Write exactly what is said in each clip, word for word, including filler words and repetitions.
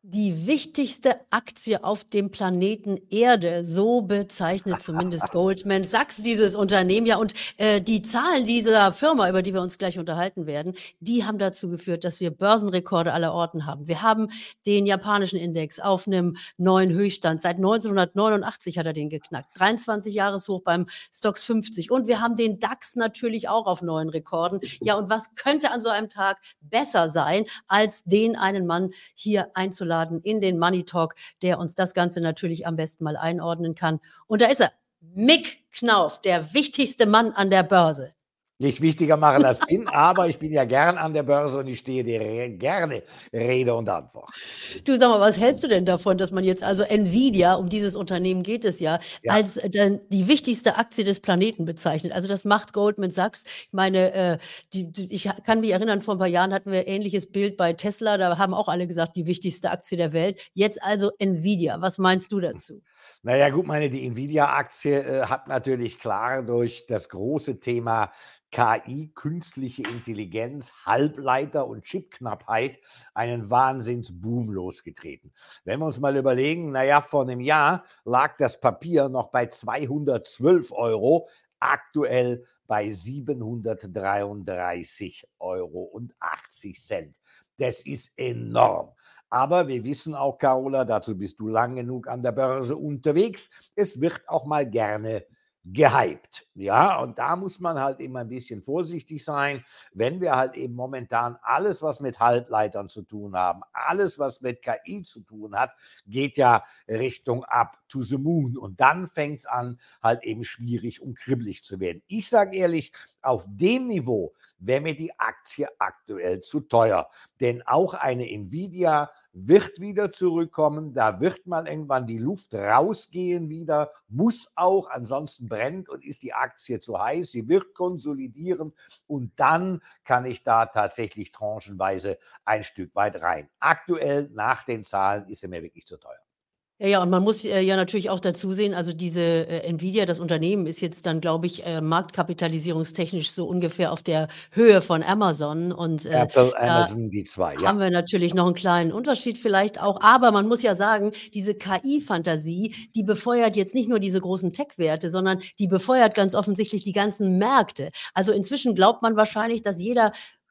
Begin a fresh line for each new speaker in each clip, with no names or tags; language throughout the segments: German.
Die wichtigste Aktie auf dem Planeten Erde, so bezeichnet zumindest Goldman Sachs dieses Unternehmen. Ja, und äh, die Zahlen dieser Firma, über die wir uns gleich unterhalten werden, die haben dazu geführt, dass wir Börsenrekorde aller Orten haben. Wir haben den japanischen Index auf einem neuen Höchststand. Seit neunzehnhundertneunundachtzig hat er den geknackt. dreiundzwanzig Jahreshoch beim Stoxx fünfzig. Und wir haben den DAX natürlich auch auf neuen Rekorden. Ja, und was könnte an so einem Tag besser sein, als den einen Mann hier einzuladen in den Money Talk, der uns das Ganze natürlich am besten mal einordnen kann. Und da ist er, Mick Knauf, der wichtigste Mann an der Börse.
Nicht wichtiger machen als bin, aber ich bin ja gern an der Börse und ich stehe dir re- gerne Rede und Antwort.
Du, sag mal, was hältst du denn davon, dass man jetzt also Nvidia, um dieses Unternehmen geht es ja,
Ja.
als äh, dann die wichtigste Aktie des Planeten bezeichnet? Also das macht Goldman Sachs. Ich meine, äh, die, die, ich kann mich erinnern, vor ein paar Jahren hatten wir ein ähnliches Bild bei Tesla, da haben auch alle gesagt, die wichtigste Aktie der Welt. Jetzt also Nvidia. Was meinst du dazu?
Naja, gut, meine, die Nvidia-Aktie äh, hat natürlich klar durch das große Thema K I, künstliche Intelligenz, Halbleiter und Chipknappheit einen Wahnsinnsboom losgetreten. Wenn wir uns mal überlegen, naja, vor einem Jahr lag das Papier noch bei zweihundertzwölf Euro, aktuell bei siebenhundertdreiunddreißig Euro und achtzig Cent. Das ist enorm. Aber wir wissen auch, Carola, dazu bist du lang genug an der Börse unterwegs, es wird auch mal gerne gehypt. Ja, und da muss man halt immer ein bisschen vorsichtig sein, wenn wir halt eben momentan alles, was mit Halbleitern zu tun haben, alles, was mit K I zu tun hat, geht ja Richtung up to the moon. Und dann fängt es an, halt eben schwierig und kribbelig zu werden. Ich sage ehrlich, auf dem Niveau wäre mir die Aktie aktuell zu teuer. Denn auch eine Nvidia wird wieder zurückkommen, da wird mal irgendwann die Luft rausgehen wieder, muss auch, ansonsten brennt und ist die Aktie zu heiß, sie wird konsolidieren und dann kann ich da tatsächlich tranchenweise ein Stück weit rein. Aktuell nach den Zahlen ist sie mir wirklich zu teuer.
Ja, ja, und man muss äh, ja natürlich auch dazu sehen, also diese äh, Nvidia, das Unternehmen ist jetzt dann, glaube ich, äh, marktkapitalisierungstechnisch so ungefähr auf der Höhe von Amazon. Und äh,
Apple,
da
Amazon, die zwei, ja.
haben wir natürlich noch einen kleinen Unterschied vielleicht auch. Aber man muss ja sagen, diese K I-Fantasie, die befeuert jetzt nicht nur diese großen Tech-Werte, sondern die befeuert ganz offensichtlich die ganzen Märkte. Also inzwischen glaubt man wahrscheinlich, dass jeder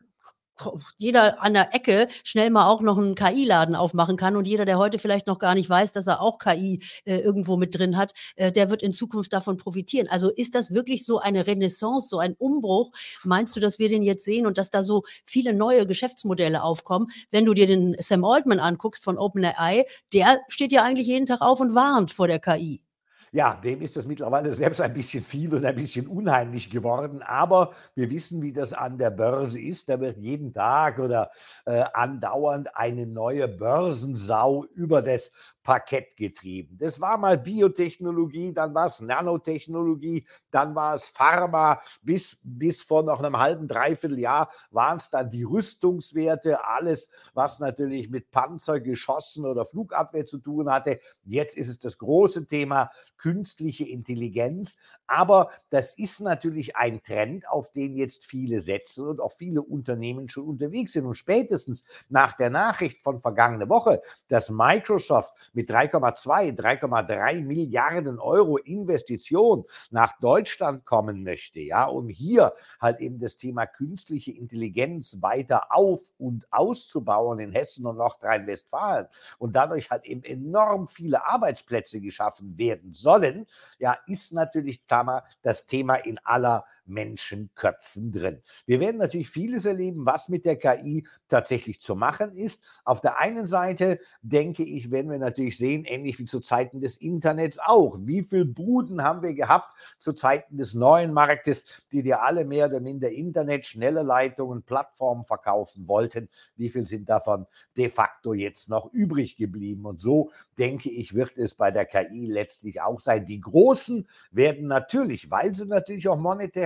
jeder an der Ecke schnell mal auch noch einen K I-Laden aufmachen kann und jeder, der heute vielleicht noch gar nicht weiß, dass er auch K I äh, irgendwo mit drin hat, äh, der wird in Zukunft davon profitieren. Also ist das wirklich so eine Renaissance, so ein Umbruch? Meinst du, dass wir den jetzt sehen und dass da so viele neue Geschäftsmodelle aufkommen? Wenn du dir den Sam Altman anguckst von OpenAI, der steht ja eigentlich jeden Tag auf und warnt vor der K I.
Ja, dem ist das mittlerweile selbst ein bisschen viel und ein bisschen unheimlich geworden. Aber wir wissen, wie das an der Börse ist. Da wird jeden Tag oder äh, andauernd eine neue Börsensau über das Parkett getrieben. Das war mal Biotechnologie, dann war es Nanotechnologie, dann war es Pharma. Bis, bis vor noch einem halben, dreiviertel Jahr waren es dann die Rüstungswerte, alles, was natürlich mit Panzer, Geschossen oder Flugabwehr zu tun hatte. Jetzt ist es das große Thema künstliche Intelligenz. Aber das ist natürlich ein Trend, auf den jetzt viele setzen und auch viele Unternehmen schon unterwegs sind. Und spätestens nach der Nachricht von vergangener Woche, dass Microsoft mit drei Komma zwei, drei Komma drei Milliarden Euro Investition nach Deutschland kommen möchte, ja, um hier halt eben das Thema künstliche Intelligenz weiter auf- und auszubauen in Hessen und Nordrhein-Westfalen und dadurch halt eben enorm viele Arbeitsplätze geschaffen werden sollen, ja, ist natürlich das Thema in aller Menschenköpfen drin. Wir werden natürlich vieles erleben, was mit der K I tatsächlich zu machen ist. Auf der einen Seite denke ich, werden wir natürlich sehen, ähnlich wie zu Zeiten des Internets auch. Wie viele Buden haben wir gehabt zu Zeiten des neuen Marktes, die dir alle mehr oder minder Internet, schnelle Leitungen, Plattformen verkaufen wollten? Wie viel sind davon de facto jetzt noch übrig geblieben? Und so denke ich, wird es bei der K I letztlich auch sein. Die Großen werden natürlich, weil sie natürlich auch monetär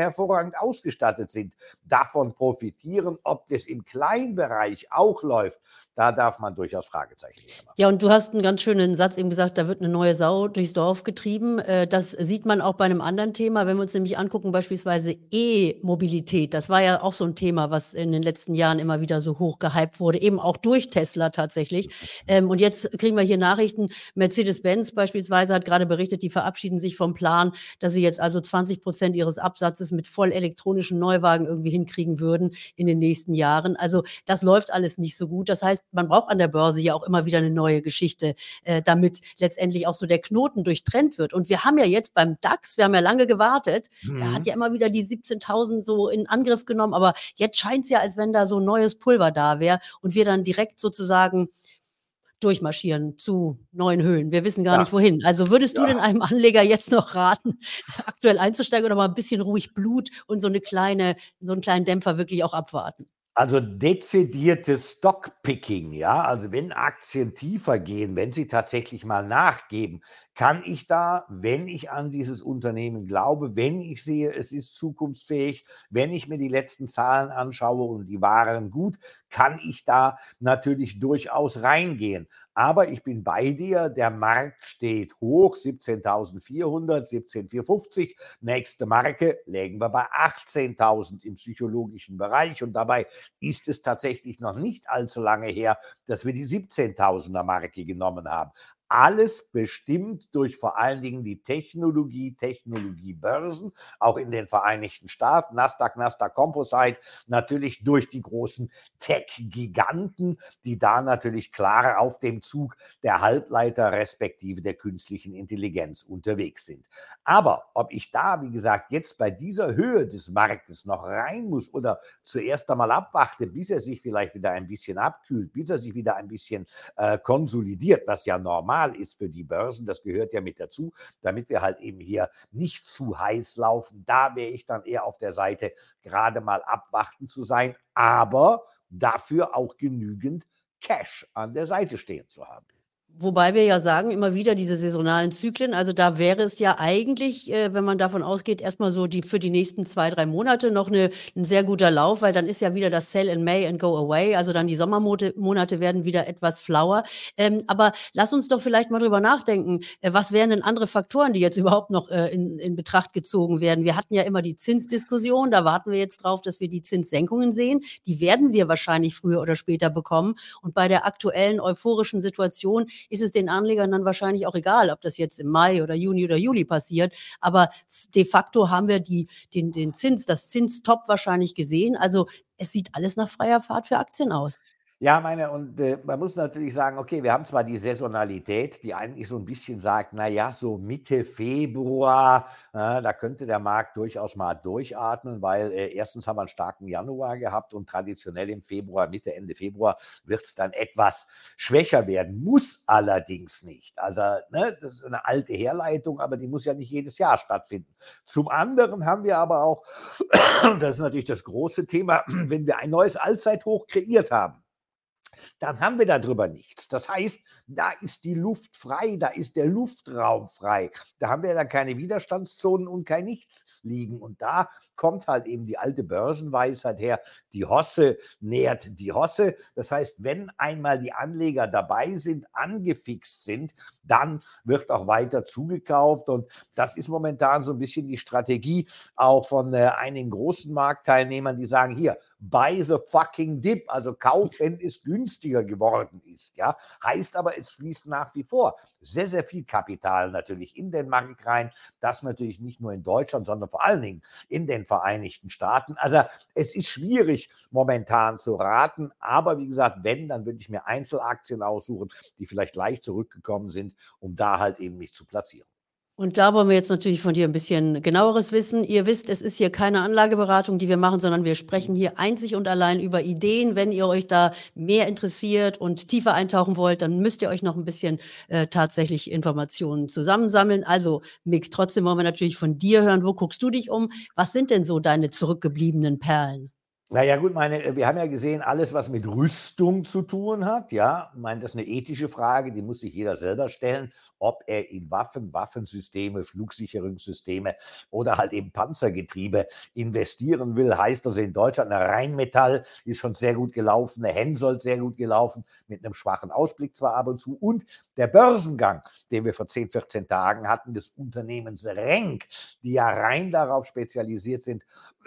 hervorragend ausgestattet sind, davon profitieren. Ob das im Kleinbereich auch läuft, da darf man durchaus Fragezeichen machen.
Ja, und du hast einen ganz schönen Satz eben gesagt, da wird eine neue Sau durchs Dorf getrieben. Äh, das sieht man auch bei einem anderen Thema, wenn wir uns nämlich angucken, beispielsweise E-Mobilität. Das war ja auch so ein Thema, was in den letzten Jahren immer wieder so hoch gehypt wurde, eben auch durch Tesla tatsächlich. Ähm, und jetzt kriegen wir hier Nachrichten, Mercedes-Benz beispielsweise hat gerade berichtet, die verabschieden sich vom Plan, dass sie jetzt also zwanzig Prozent ihres Absatzes mit voll elektronischen Neuwagen irgendwie hinkriegen würden in den nächsten Jahren. Also das läuft alles nicht so gut. Das heißt, man braucht an der Börse ja auch immer wieder eine neue Geschichte, äh, damit letztendlich auch so der Knoten durchtrennt wird. Und wir haben ja jetzt beim DAX, wir haben ja lange gewartet,
Mhm.
er hat ja immer wieder die siebzehntausend so in Angriff genommen, aber jetzt scheint es ja, als wenn da so neues Pulver da wäre und wir dann direkt sozusagen durchmarschieren zu neuen Höhen. Wir wissen gar
Ja.
nicht wohin. Also würdest du
Ja.
denn einem Anleger jetzt noch raten, aktuell einzusteigen oder mal ein bisschen ruhig Blut und so eine kleine, so einen kleinen Dämpfer wirklich auch abwarten?
Also dezidiertes Stockpicking, ja, also wenn Aktien tiefer gehen, wenn sie tatsächlich mal nachgeben, kann ich da, wenn ich an dieses Unternehmen glaube, wenn ich sehe, es ist zukunftsfähig, wenn ich mir die letzten Zahlen anschaue und die waren gut, kann ich da natürlich durchaus reingehen. Aber ich bin bei dir, der Markt steht hoch, siebzehntausendvierhundert, siebzehntausendvierhundertfünfzig. Nächste Marke legen wir bei achtzehntausend im psychologischen Bereich. Und dabei ist es tatsächlich noch nicht allzu lange her, dass wir die siebzehntausender Marke genommen haben. Alles bestimmt durch vor allen Dingen die Technologie, Technologiebörsen, auch in den Vereinigten Staaten, Nasdaq, Nasdaq Composite, natürlich durch die großen Tech-Giganten, die da natürlich klar auf dem Zug der Halbleiter respektive der künstlichen Intelligenz unterwegs sind. Aber ob ich da, wie gesagt, jetzt bei dieser Höhe des Marktes noch rein muss oder zuerst einmal abwarte, bis er sich vielleicht wieder ein bisschen abkühlt, bis er sich wieder ein bisschen äh, konsolidiert, was ja normal ist für die Börsen, das gehört ja mit dazu, damit wir halt eben hier nicht zu heiß laufen. Da wäre ich dann eher auf der Seite, gerade mal abwarten zu sein, aber dafür auch genügend Cash an der Seite stehen zu haben.
Wobei wir ja sagen, immer wieder diese saisonalen Zyklen, also da wäre es ja eigentlich, äh, wenn man davon ausgeht, erstmal so die für die nächsten zwei, drei Monate noch eine, ein sehr guter Lauf, weil dann ist ja wieder das Sell in May and Go Away, also dann die Sommermonate Monate werden wieder etwas flauer. Ähm, aber lass uns doch vielleicht mal drüber nachdenken, äh, was wären denn andere Faktoren, die jetzt überhaupt noch äh, in, in Betracht gezogen werden? Wir hatten ja immer die Zinsdiskussion, da warten wir jetzt drauf, dass wir die Zinssenkungen sehen. Die werden wir wahrscheinlich früher oder später bekommen. Und bei der aktuellen euphorischen Situation ist es den Anlegern dann wahrscheinlich auch egal, ob das jetzt im Mai oder Juni oder Juli passiert. Aber de facto haben wir die, den, den Zins, das Zinstop wahrscheinlich gesehen. Also es sieht alles nach freier Fahrt für Aktien aus.
Ja, meine, und äh, man muss natürlich sagen, okay, wir haben zwar die Saisonalität, die eigentlich so ein bisschen sagt, na ja, so Mitte Februar, äh, da könnte der Markt durchaus mal durchatmen, weil äh, erstens haben wir einen starken Januar gehabt und traditionell im Februar, Mitte, Ende Februar wird es dann etwas schwächer werden, muss allerdings nicht. Also, ne, das ist eine alte Herleitung, aber die muss ja nicht jedes Jahr stattfinden. Zum anderen haben wir aber auch, das ist natürlich das große Thema, wenn wir ein neues Allzeithoch kreiert haben, dann haben wir darüber nichts. Das heißt, da ist die Luft frei, da ist der Luftraum frei. Da haben wir dann keine Widerstandszonen und kein Nichts liegen. Und da kommt halt eben die alte Börsenweisheit her, die Hosse nährt die Hosse. Das heißt, wenn einmal die Anleger dabei sind, angefixt sind, dann wird auch weiter zugekauft. Und das ist momentan so ein bisschen die Strategie auch von äh, einigen großen Marktteilnehmern, die sagen, hier, buy the fucking dip, also kauf, wenn es günstiger geworden ist. Ja, heißt aber, es fließt nach wie vor sehr, sehr viel Kapital natürlich in den Markt rein. Das natürlich nicht nur in Deutschland, sondern vor allen Dingen in den Vereinigten Staaten. Also es ist schwierig momentan zu raten, aber wie gesagt, wenn, dann würde ich mir Einzelaktien aussuchen, die vielleicht leicht zurückgekommen sind, um da halt eben mich zu platzieren.
Und da wollen wir jetzt natürlich von dir ein bisschen genaueres wissen. Ihr wisst, es ist hier keine Anlageberatung, die wir machen, sondern wir sprechen hier einzig und allein über Ideen. Wenn ihr euch da mehr interessiert und tiefer eintauchen wollt, dann müsst ihr euch noch ein bisschen äh, tatsächlich Informationen zusammensammeln. Also Mick, trotzdem wollen wir natürlich von dir hören. Wo guckst du dich um? Was sind denn so deine zurückgebliebenen Perlen?
Na ja, gut, meine, äh, wir haben ja gesehen, alles, was mit Rüstung zu tun hat, ja, ich meine, das ist 'ne ethische Frage, die muss sich jeder selber stellen, ob er in Waffen, Waffensysteme, Flugsicherungssysteme oder halt eben Panzergetriebe investieren will. Heißt also in Deutschland 'ne Rheinmetall ist schon sehr gut gelaufen, 'ne Hensoldt sehr gut gelaufen, mit 'nem schwachen Ausblick zwar ab und zu. Und der Börsengang, den wir vor zehn, vierzehn Tagen hatten, des Unternehmens Renk, die ja rein darauf spezialisiert sind,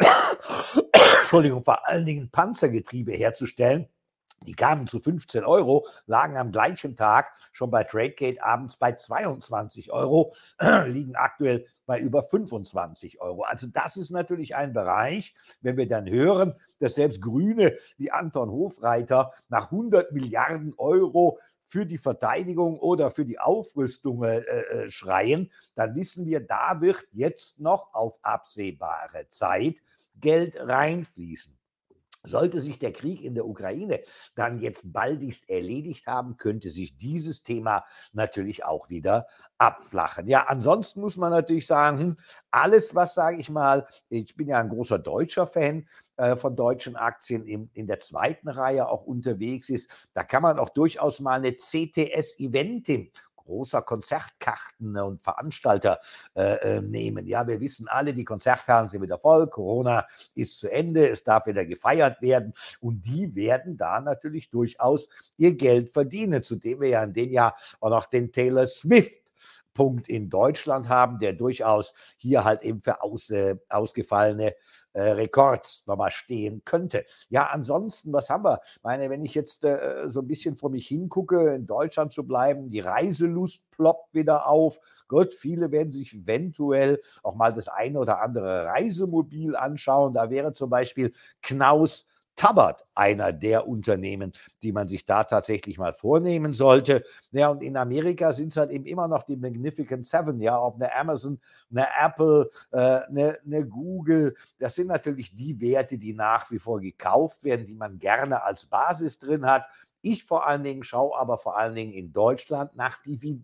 Entschuldigung, vor allen Dingen Panzergetriebe herzustellen. Die kamen zu fünfzehn Euro, lagen am gleichen Tag schon bei Tradegate abends bei zweiundzwanzig Euro, liegen aktuell bei über fünfundzwanzig Euro. Also das ist natürlich ein Bereich, wenn wir dann hören, dass selbst Grüne wie Anton Hofreiter nach hundert Milliarden Euro für die Verteidigung oder für die Aufrüstung äh, äh, schreien, dann wissen wir, da wird jetzt noch auf absehbare Zeit Geld reinfließen. Sollte sich der Krieg in der Ukraine dann jetzt baldigst erledigt haben, könnte sich dieses Thema natürlich auch wieder abflachen. Ja, ansonsten muss man natürlich sagen, hm, alles, was, sage ich mal, ich bin ja ein großer deutscher Fan äh, von deutschen Aktien, in, in der zweiten Reihe auch unterwegs ist, da kann man auch durchaus mal eine C T S Eventim, großer Konzertkarten und Veranstalter äh, äh, nehmen. Ja, wir wissen alle, die Konzerthallen sind wieder voll, Corona ist zu Ende, es darf wieder gefeiert werden und die werden da natürlich durchaus ihr Geld verdienen, zudem wir ja in dem Jahr auch noch den Taylor Swift Punkt in Deutschland haben, der durchaus hier halt eben für aus, äh, ausgefallene äh, Rekords nochmal stehen könnte. Ja, ansonsten, was haben wir? Ich meine, wenn ich jetzt äh, so ein bisschen vor mich hingucke, in Deutschland zu bleiben, die Reiselust ploppt wieder auf. Gott, viele werden sich eventuell auch mal das eine oder andere Reisemobil anschauen. Da wäre zum Beispiel Knaus Tabbert einer der Unternehmen, die man sich da tatsächlich mal vornehmen sollte. Ja, und in Amerika sind es halt eben immer noch die Magnificent Seven, ja, ob eine Amazon, eine Apple, äh, eine, eine Google. Das sind natürlich die Werte, die nach wie vor gekauft werden, die man gerne als Basis drin hat. Ich vor allen Dingen schaue aber vor allen Dingen in Deutschland nach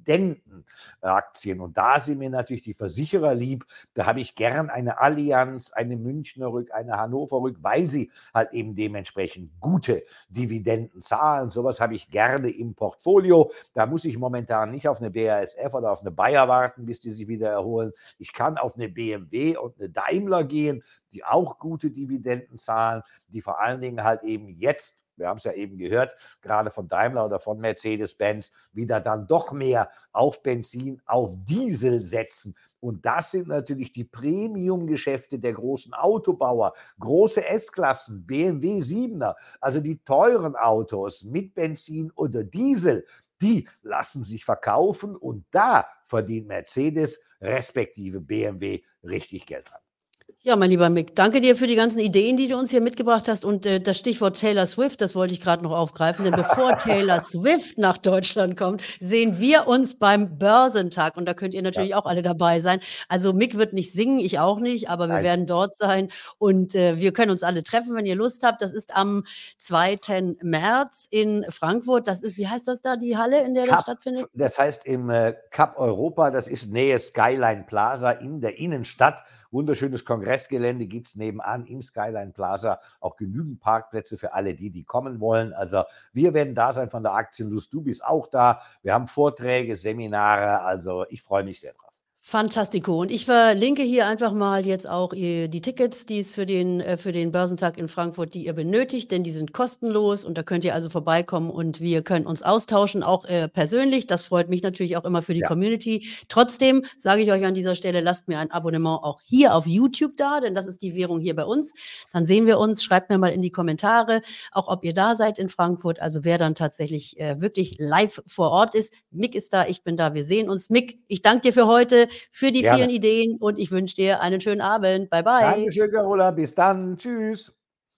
Dividendenaktien. Und da sind mir natürlich die Versicherer lieb. Da habe ich gern eine Allianz, eine Münchner Rück, eine Hannover Rück, weil sie halt eben dementsprechend gute Dividenden zahlen. Sowas habe ich gerne im Portfolio. Da muss ich momentan nicht auf eine B A S F oder auf eine Bayer warten, bis die sich wieder erholen. Ich kann auf eine B M W und eine Daimler gehen, die auch gute Dividenden zahlen, die vor allen Dingen halt eben jetzt, wir haben es ja eben gehört, gerade von Daimler oder von Mercedes-Benz, wieder dann doch mehr auf Benzin, auf Diesel setzen. Und das sind natürlich die Premium-Geschäfte der großen Autobauer, große S-Klassen, B M W siebener, also die teuren Autos mit Benzin oder Diesel, die lassen sich verkaufen und da verdient Mercedes respektive B M W richtig Geld dran.
Ja, mein lieber Mick, danke dir für die ganzen Ideen, die du uns hier mitgebracht hast. Und äh, das Stichwort Taylor Swift, das wollte ich gerade noch aufgreifen. Denn bevor Taylor Swift nach Deutschland kommt, sehen wir uns beim Börsentag. Und da könnt ihr natürlich
Ja.
auch alle dabei sein. Also Mick wird nicht singen, ich auch nicht, aber wir
Nein.
werden dort sein. Und äh, wir können uns alle treffen, wenn ihr Lust habt. Das ist am zweiten März in Frankfurt. Das ist, wie heißt das da, die Halle, in der das
Cup,
stattfindet?
das heißt im äh, Cup Europa, das ist Nähe Skyline Plaza in der Innenstadt. Wunderschönes Kongressgelände gibt es nebenan im Skyline Plaza. Auch genügend Parkplätze für alle die, die kommen wollen. Also wir werden da sein von der Aktienlust. Du bist auch da. Wir haben Vorträge, Seminare. Also ich freue mich sehr drauf.
Fantastico. Und ich verlinke hier einfach mal jetzt auch ihr, die Tickets, die es für den, äh, für den Börsentag in Frankfurt, die ihr benötigt, denn die sind kostenlos und da könnt ihr also vorbeikommen und wir können uns austauschen, auch äh, persönlich. Das freut mich natürlich auch immer für die
Ja.
Community. Trotzdem sage ich euch an dieser Stelle, lasst mir ein Abonnement auch hier auf YouTube da, denn das ist die Währung hier bei uns. Dann sehen wir uns. Schreibt mir mal in die Kommentare, auch ob ihr da seid in Frankfurt, also wer dann tatsächlich äh, wirklich live vor Ort ist. Mick ist da, ich bin da, wir sehen uns. Mick, ich danke dir für heute, für die
Gerne.
vielen Ideen und ich wünsche dir einen schönen Abend. Bye, bye.
Dankeschön, Carola. Bis dann. Tschüss.